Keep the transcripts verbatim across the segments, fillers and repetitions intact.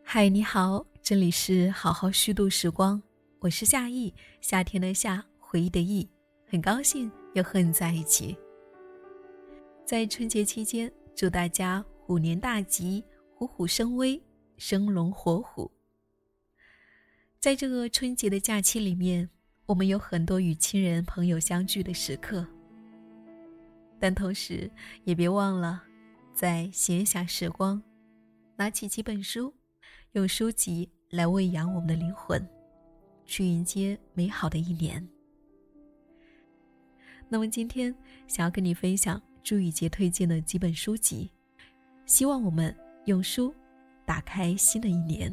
嗨，你好，这里是好好虚度时光，我是夏意，夏天的夏，回忆的忆，很高兴又和你在一起。在春节期间，祝大家虎年大吉，虎虎生威，生龙活虎。在这个春节的假期里面，我们有很多与亲人朋友相聚的时刻，但同时也别忘了在闲暇时光拿起几本书，用书籍来喂养我们的灵魂，去迎接美好的一年。那么今天想要跟你分享朱雨杰推荐的几本书籍，希望我们用书打开新的一年。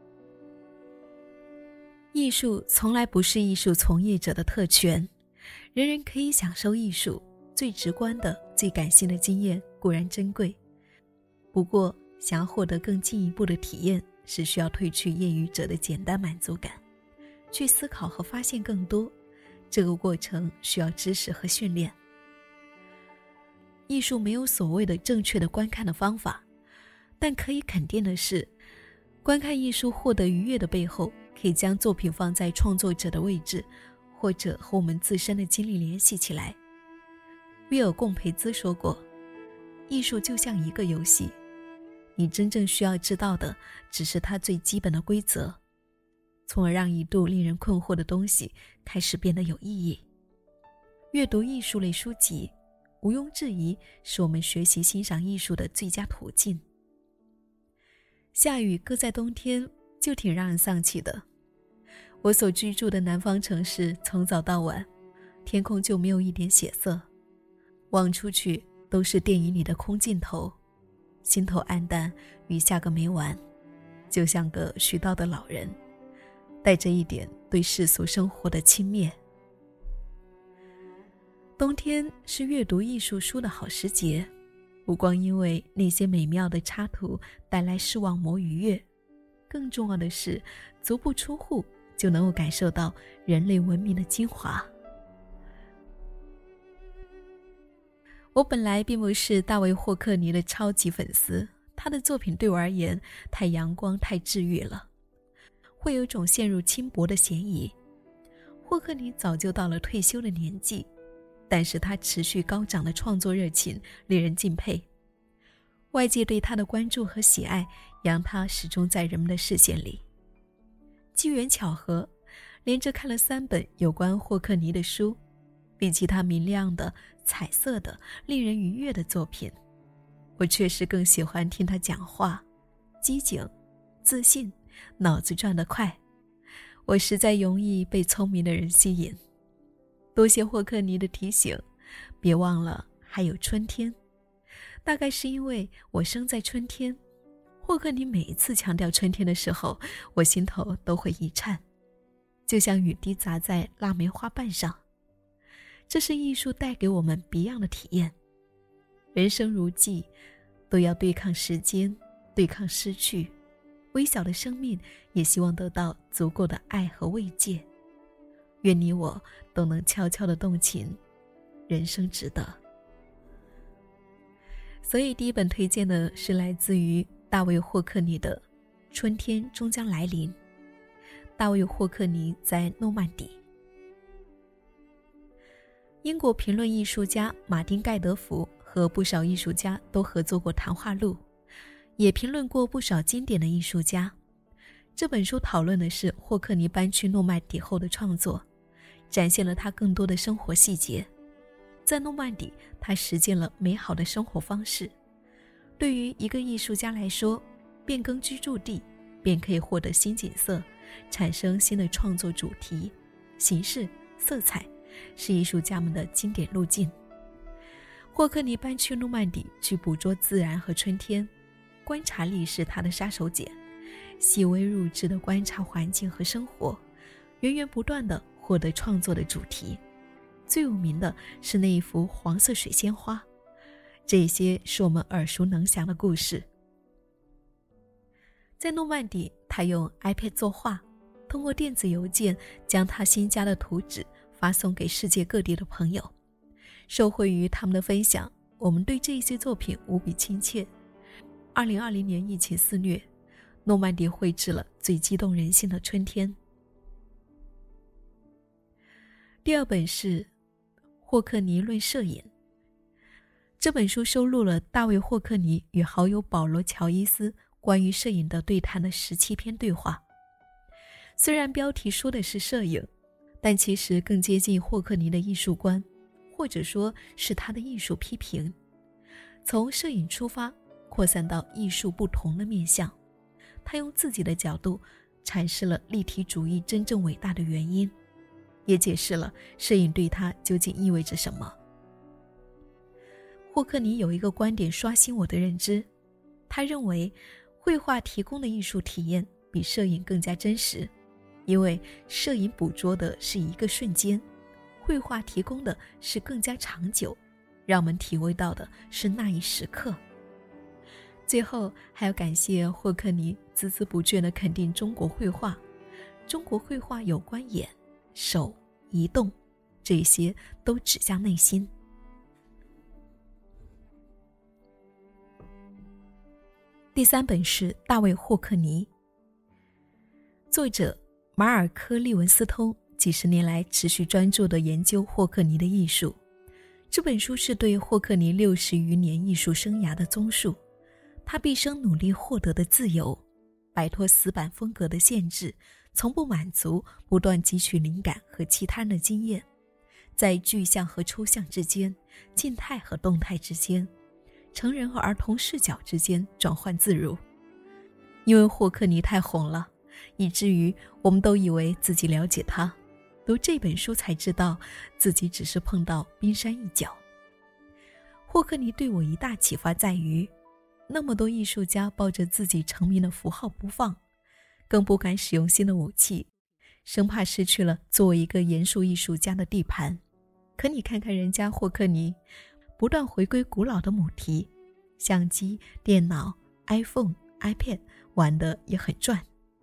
艺术从来不是艺术从业者的特权，人人可以享受艺术，最直观的、最感性的经验固然珍贵，不过想要获得更进一步的体验，是需要褪去业余者的简单满足感，去思考和发现更多。这个过程需要知识和训练。艺术没有所谓的正确的观看的方法，但可以肯定的是，观看艺术获得愉悦的背后，可以将作品放在创作者的位置，或者和我们自身的经历联系起来。威尔·贡培兹说过，艺术就像一个游戏，你真正需要知道的只是它最基本的规则，从而让一度令人困惑的东西开始变得有意义。阅读艺术类书籍毋庸置疑是我们学习欣赏艺术的最佳途径。下雨搁在冬天就挺让人丧气的。我所居住的南方城市从早到晚天空就没有一点血色，望出去都是电影里的空镜头，心头黯淡，雨下个没完，就像个絮叨的老人，带着一点对世俗生活的轻蔑。冬天是阅读艺术书的好时节，不光因为那些美妙的插图带来视网膜愉悦，更重要的是足不出户就能够感受到人类文明的精华。我本来并不是大卫·霍克尼的超级粉丝，他的作品对我而言太阳光太治愈了，会有种陷入轻薄的嫌疑。霍克尼早就到了退休的年纪，但是他持续高涨的创作热情令人敬佩。外界对他的关注和喜爱让他始终在人们的视线里。机缘巧合，连着看了三本有关霍克尼的书，比起他明亮的、彩色的、令人愉悦的作品，我确实更喜欢听他讲话，机警、自信，脑子转得快。我实在容易被聪明的人吸引。多谢霍克尼的提醒，别忘了还有春天。大概是因为我生在春天，霍克尼每一次强调春天的时候，我心头都会一颤，就像雨滴砸在腊梅花瓣上。这是艺术带给我们别样的体验。人生如寄，都要对抗时间，对抗失去。微小的生命也希望得到足够的爱和慰藉。愿你我都能悄悄地动情，人生值得。所以第一本推荐的是来自于大卫·霍克尼的《春天终将来临》。大卫·霍克尼在诺曼底。英国评论艺术家马丁·盖德福和不少艺术家都合作过谈话录，也评论过不少经典的艺术家。这本书讨论的是霍克尼搬去诺曼底后的创作，展现了他更多的生活细节。在诺曼底，他实践了美好的生活方式。对于一个艺术家来说，变更居住地便可以获得新景色，产生新的创作主题、形式、色彩，是艺术家们的经典路径。霍克尼搬去诺曼底去捕捉自然和春天，观察力是他的杀手锏，细微入质地观察环境和生活，源源不断地获得创作的主题。最有名的是那一幅黄色水仙花，这些是我们耳熟能详的故事。在诺曼底，他用 iPad 作画，通过电子邮件将他新家的图纸发送给世界各地的朋友。受惠于他们的分享，我们对这些作品无比亲切。二零二零年疫情肆虐， 诺曼底绘制了最激动人心的春天。第二本是霍克尼论摄影。这本书收录了大卫·霍克尼与好友保罗·乔伊斯关于摄影的对谈的十七篇对话。虽然标题说的是摄影，但其实更接近霍克尼的艺术观，或者说是他的艺术批评。从摄影出发，扩散到艺术不同的面向，他用自己的角度阐释了立体主义真正伟大的原因，也解释了摄影对他究竟意味着什么。霍克尼有一个观点刷新我的认知，他认为绘画提供的艺术体验比摄影更加真实，因为摄影捕捉的是一个瞬间，绘画提供的是更加长久，让我们体会到的是那一时刻。最后还要感谢霍克尼孜孜不倦地肯定中国绘画。中国绘画有关眼、手、移动，这些都指向内心。第三本是大卫·霍克尼，作者马尔科·利文斯通几十年来持续专注地研究霍克尼的艺术。这本书是对霍克尼六十余年艺术生涯的综述，他毕生努力获得的自由，摆脱死板风格的限制，从不满足，不断汲取灵感和其他人的经验，在具象和抽象之间，静态和动态之间，成人和儿童视角之间转换自如。因为霍克尼太红了，以至于我们都以为自己了解他，读这本书才知道自己只是碰到冰山一角。霍克尼对我一大启发在于，那么多艺术家抱着自己成名的符号不放，更不敢使用新的武器，生怕失去了作为一个严肃艺术家的地盘。可你看看人家霍克尼，不断回归古老的母题，相机、电脑、iPhone、iPad 玩得也很赚。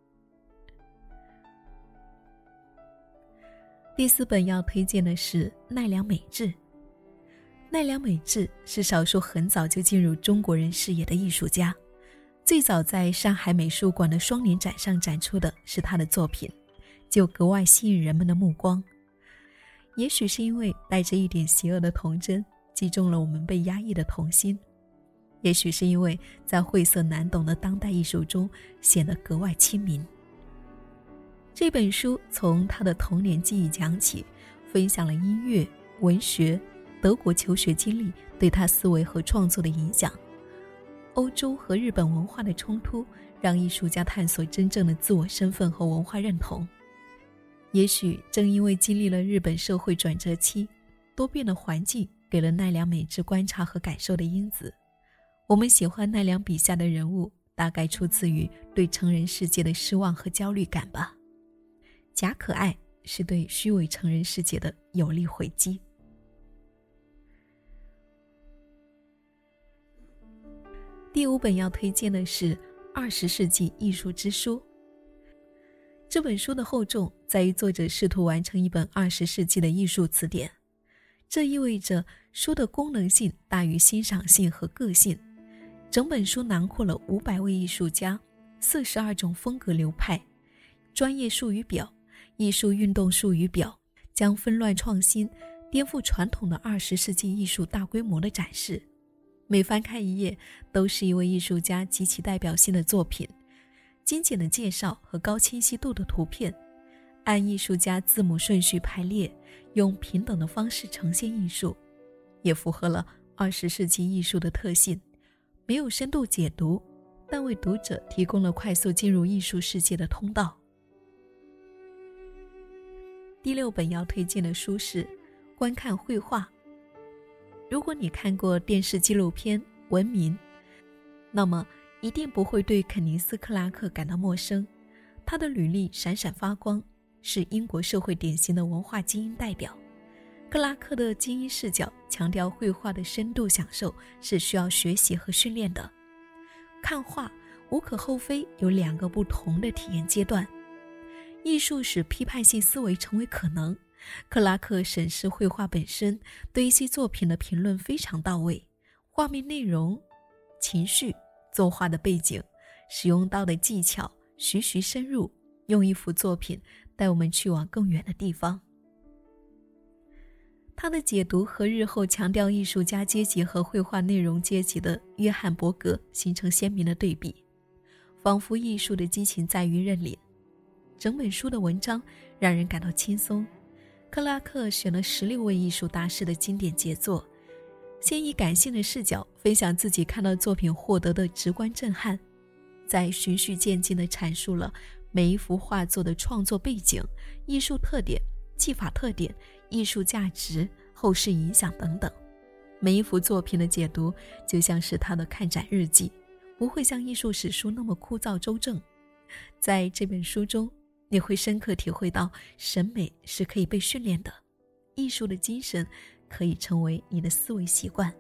第四本要推荐的是奈良美智。奈良美智是少数很早就进入中国人视野的艺术家，最早在上海美术馆的双年展上展出的是他的作品，就格外吸引人们的目光。也许是因为带着一点邪恶的童真，击中了我们被压抑的童心，也许是因为在晦涩难懂的当代艺术中显得格外亲民。这本书从他的童年记忆讲起，分享了音乐、文学、德国求学经历对他思维和创作的影响。欧洲和日本文化的冲突让艺术家探索真正的自我身份和文化认同。也许正因为经历了日本社会转折期，多变的环境给了奈良美智观察和感受的因子。我们喜欢奈良笔下的人物，大概出自于对成人世界的失望和焦虑感吧。假可爱是对虚伪成人世界的有力回击。第五本要推荐的是《二十世纪艺术之书》。这本书的厚重在于作者试图完成一本二十世纪的艺术词典，这意味着书的功能性大于欣赏性和个性。整本书囊括了五百位艺术家、四十二种风格流派、专业术语表、艺术运动术语表，将纷乱创新、颠覆传统的二十世纪艺术大规模的展示。每翻开一页，都是一位艺术家极其代表性的作品，精简的介绍和高清晰度的图片，按艺术家字母顺序排列，用平等的方式呈现艺术，也符合了二十世纪艺术的特性，没有深度解读，但为读者提供了快速进入艺术世界的通道。第六本要推荐的书是《观看绘画》。如果你看过电视纪录片《文明》，那么一定不会对肯尼斯·克拉克感到陌生。他的履历闪闪发光，是英国社会典型的文化精英代表。克拉克的精英视角强调绘画的深度享受是需要学习和训练的。看画无可厚非有两个不同的体验阶段。艺术使批判性思维成为可能。克拉克审视绘画本身，对一些作品的评论非常到位，画面内容、情绪、作画的背景， 使用刀的技巧，徐徐深入，用一幅作品带我们去往更远的地方。他的解读和日后强调艺术家阶级和绘画内容阶级的约翰伯格形成鲜明的对比，仿佛艺术的激情在于认领。整本书的文章让人感到轻松。克拉克选了十六位艺术大师的经典杰作，先以感性的视角分享自己看到作品获得的直观震撼，再循序渐进地阐述了每一幅画作的创作背景、艺术特点、技法特点、艺术价值、后世影响等等。每一幅作品的解读就像是他的看展日记，不会像艺术史书那么枯燥周正。在这本书中，你会深刻体会到审美是可以被训练的，艺术的精神可以成为你的思维习惯。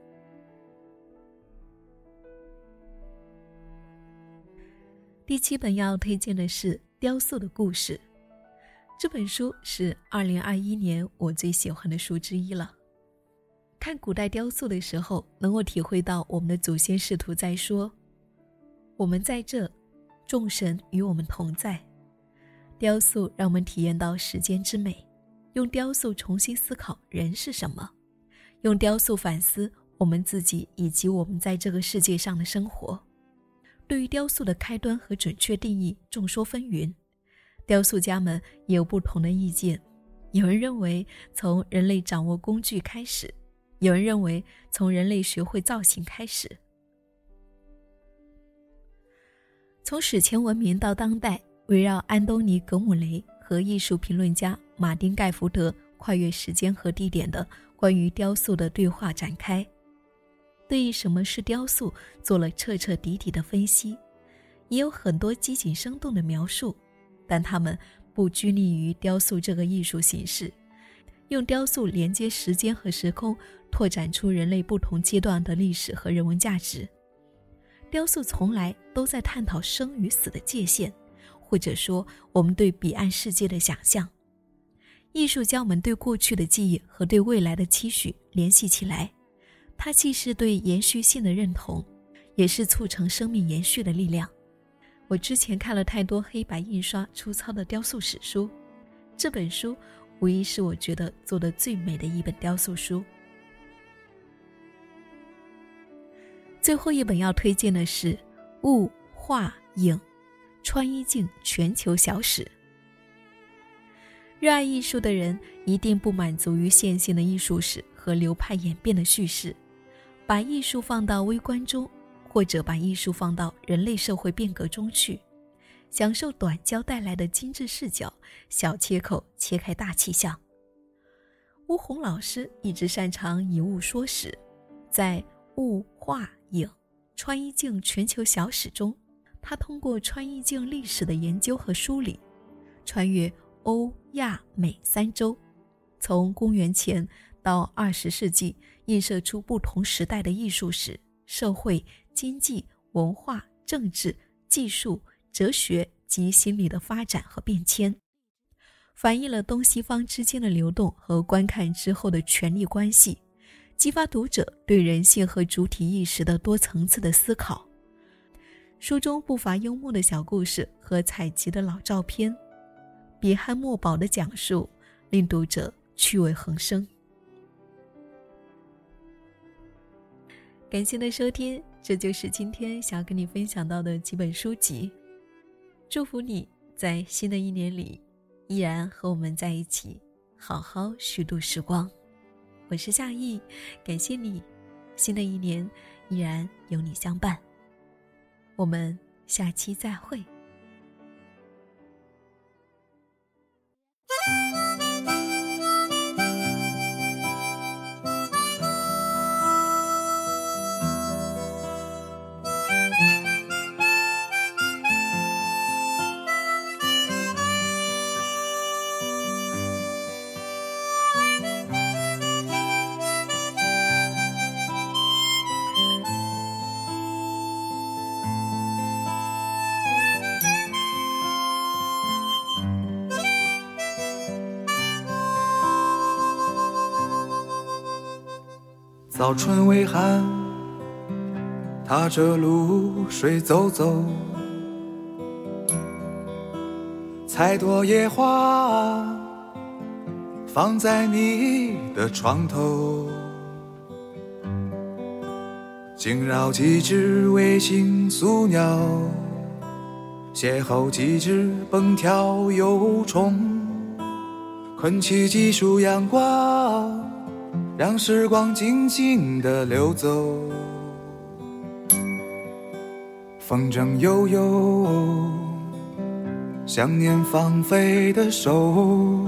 第七本要推荐的是《雕塑的故事》。这本书是二零二一年我最喜欢的书之一了。看古代雕塑的时候，能够体会到我们的祖先试图在说，我们在这，众神与我们同在。雕塑让我们体验到时间之美，用雕塑重新思考人是什么，用雕塑反思我们自己以及我们在这个世界上的生活。对于雕塑的开端和准确定义众说纷纭，雕塑家们也有不同的意见。有人认为从人类掌握工具开始，有人认为从人类学会造型开始。从史前文明到当代，围绕安东尼·格姆雷和艺术评论家马丁·盖福德跨越时间和地点的关于雕塑的对话展开，对于什么是雕塑做了彻彻底底的分析，也有很多激情生动的描述，但他们不拘泥于雕塑这个艺术形式，用雕塑连接时间和时空，拓展出人类不同阶段的历史和人文价值。雕塑从来都在探讨生与死的界限，或者说我们对彼岸世界的想象。艺术将我们对过去的记忆和对未来的期许联系起来，它既是对延续性的认同，也是促成生命延续的力量。我之前看了太多黑白印刷粗糙的雕塑史书，这本书无疑是我觉得做得最美的一本雕塑书。最后一本要推荐的是《物画影穿衣镜全球小史》。热爱艺术的人一定不满足于线性的艺术史和流派演变的叙事，把艺术放到微观中，或者把艺术放到人类社会变革中去，享受短焦带来的精致视角，小切口切开大气象。巫红老师一直擅长以物说史，在物画影穿衣镜全球小史中，他通过穿衣镜历史的研究和梳理，穿越欧亚美三洲，从公元前到二十世纪，映射出不同时代的艺术史、社会、经济、文化、政治、技术、哲学及心理的发展和变迁，反映了东西方之间的流动和观看之后的权力关系，激发读者对人性和主体意识的多层次的思考。书中不乏幽默的小故事和采集的老照片，笔酣墨饱的讲述令读者趣味横生。感谢的收听，这就是今天想要跟你分享到的几本书籍。祝福你在新的一年里依然和我们在一起，好好虚度时光。我是夏意，感谢你，新的一年依然有你相伴。我们下期再会。 早春微寒，踏着露水走走， 采朵野花放在你的床头，惊扰几只卫星宿鸟，邂逅几只蹦跳游虫，困起几束阳光，让时光静静地流走。风筝悠悠，想念放飞的手，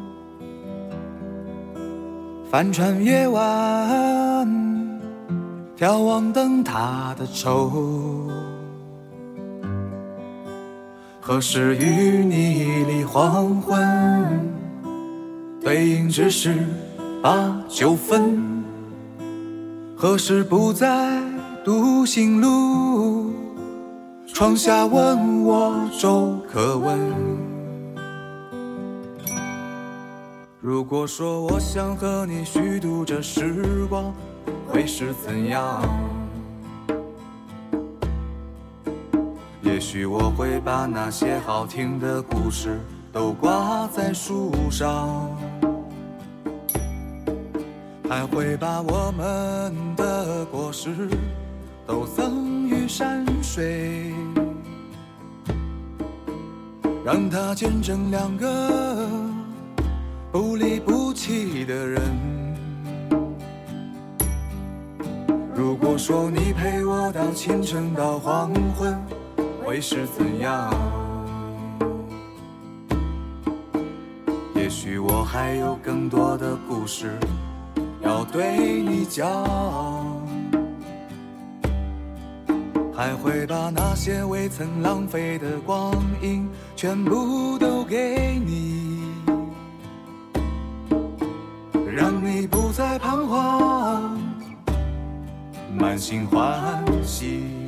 帆船夜晚，眺望灯塔的愁。何时与你离黄昏，对影只是八九分。何时不再独行路，窗下问我粥可温。如果说我想和你虚度这时光，会是怎样？也许我会把那些好听的故事都挂在树上，还会把我们的果实都赠予山水，让它见证两个不离不弃的人。如果说你陪我到清晨到黄昏，会是怎样？也许我还有更多的故事要对你讲，还会把那些未曾浪费的光阴全部都给你，让你不再彷徨，满心欢喜。